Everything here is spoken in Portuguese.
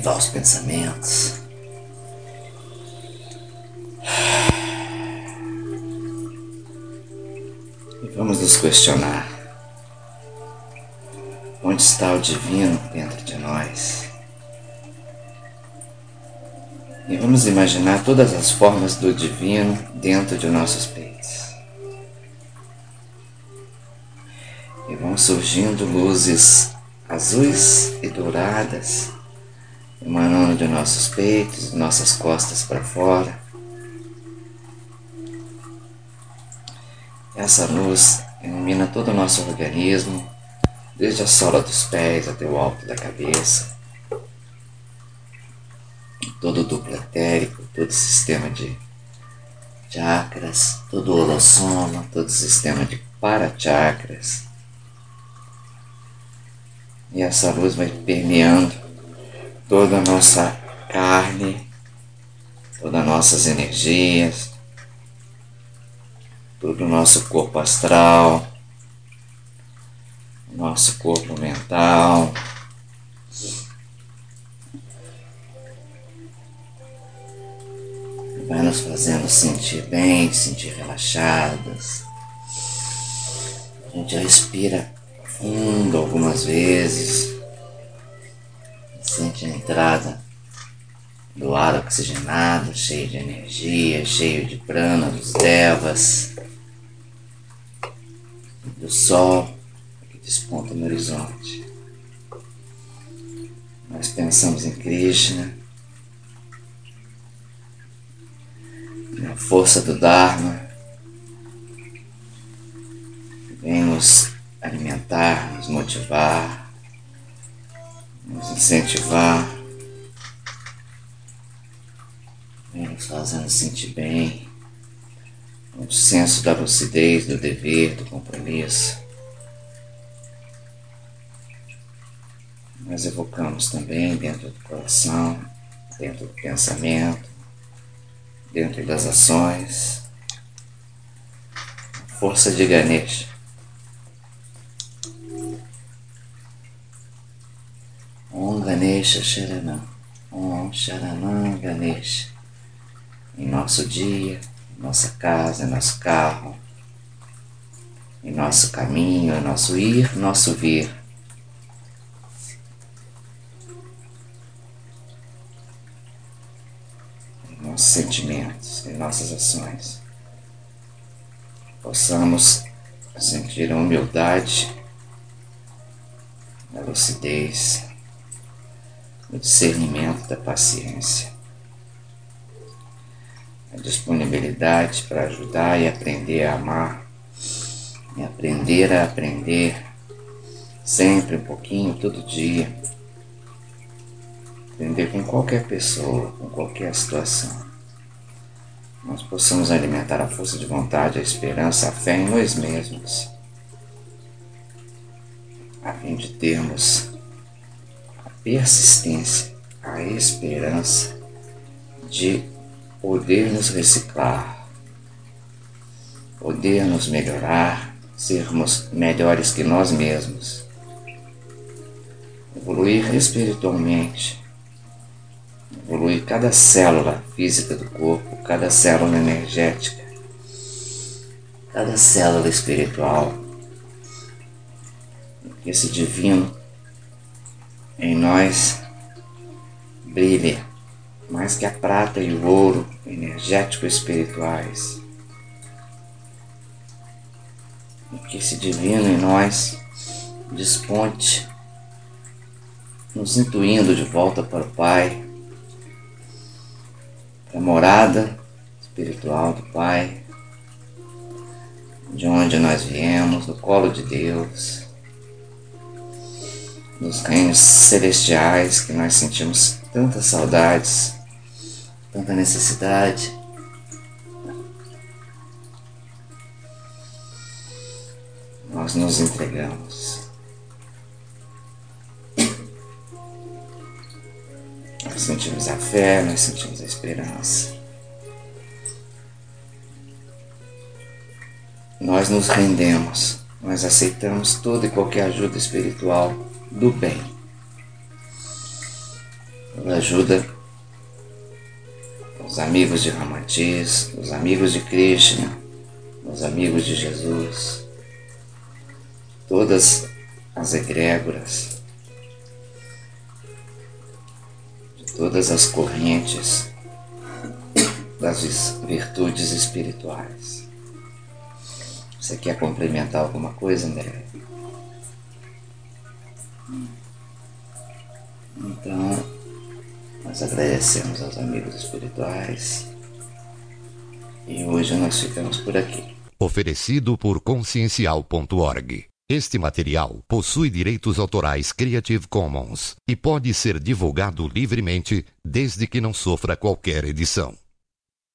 elevar os pensamentos. E vamos nos questionar: onde está o divino dentro de nós? E vamos imaginar todas as formas do divino dentro de nossos peitos. E vão surgindo luzes azuis e douradas, emanando de nossos peitos, de nossas costas para fora. Essa luz ilumina todo o nosso organismo, desde a sola dos pés até o alto da cabeça. Todo o duplo etérico, todo o sistema de chakras, todo o holossoma, todo o sistema de parachakras. E essa luz vai permeando toda a nossa carne, todas as nossas energias, todo o nosso corpo astral, o nosso corpo mental. Vai nos fazendo sentir bem, sentir relaxados. A gente respira fundo algumas vezes. Sente a entrada do ar oxigenado, cheio de energia, cheio de prana, dos devas, do sol que desponta no horizonte. Nós pensamos em Krishna, na força do Dharma, que vem nos alimentar, nos motivar, nos incentivar, vem nos fazendo sentir bem, com o senso da lucidez, do dever, do compromisso. Nós evocamos também dentro do coração, dentro do pensamento, dentro das ações, a força de Ganesha. Om Ganesha Sharanam, Om Sharanam Ganesha. Em nosso dia, em nossa casa, em nosso carro, em nosso caminho, em nosso ir, nosso vir. Nossos sentimentos, em nossas ações, possamos sentir a humildade, a lucidez, o discernimento da paciência, a disponibilidade para ajudar e aprender a amar, e aprender a aprender, sempre um pouquinho, todo dia. Aprender com qualquer pessoa, com qualquer situação. Nós possamos alimentar a força de vontade, a esperança, a fé em nós mesmos, a fim de termos a persistência, a esperança de poder nos reciclar, poder nos melhorar, sermos melhores que nós mesmos, evoluir espiritualmente, evoluir cada célula física do corpo, cada célula energética, cada célula espiritual. Que esse divino em nós brilhe mais que a prata e o ouro energético espirituais. E que esse divino em nós desponte, nos intuindo de volta para o Pai, a morada espiritual do Pai, de onde nós viemos, do colo de Deus, dos reinos celestiais que nós sentimos tantas saudades, tanta necessidade. Nós nos entregamos. Nós sentimos a fé, nós sentimos a esperança. Nós nos rendemos, nós aceitamos toda e qualquer ajuda espiritual do bem. por ajuda os amigos de Ramatiz, os amigos de Krishna, os amigos de Jesus, todas as egrégoras, de todas as correntes das virtudes espirituais. Você quer complementar alguma coisa, André? Então, nós agradecemos aos amigos espirituais e hoje nós ficamos por aqui. Oferecido por consciencial.org. Este material possui direitos autorais Creative Commons e pode ser divulgado livremente desde que não sofra qualquer edição.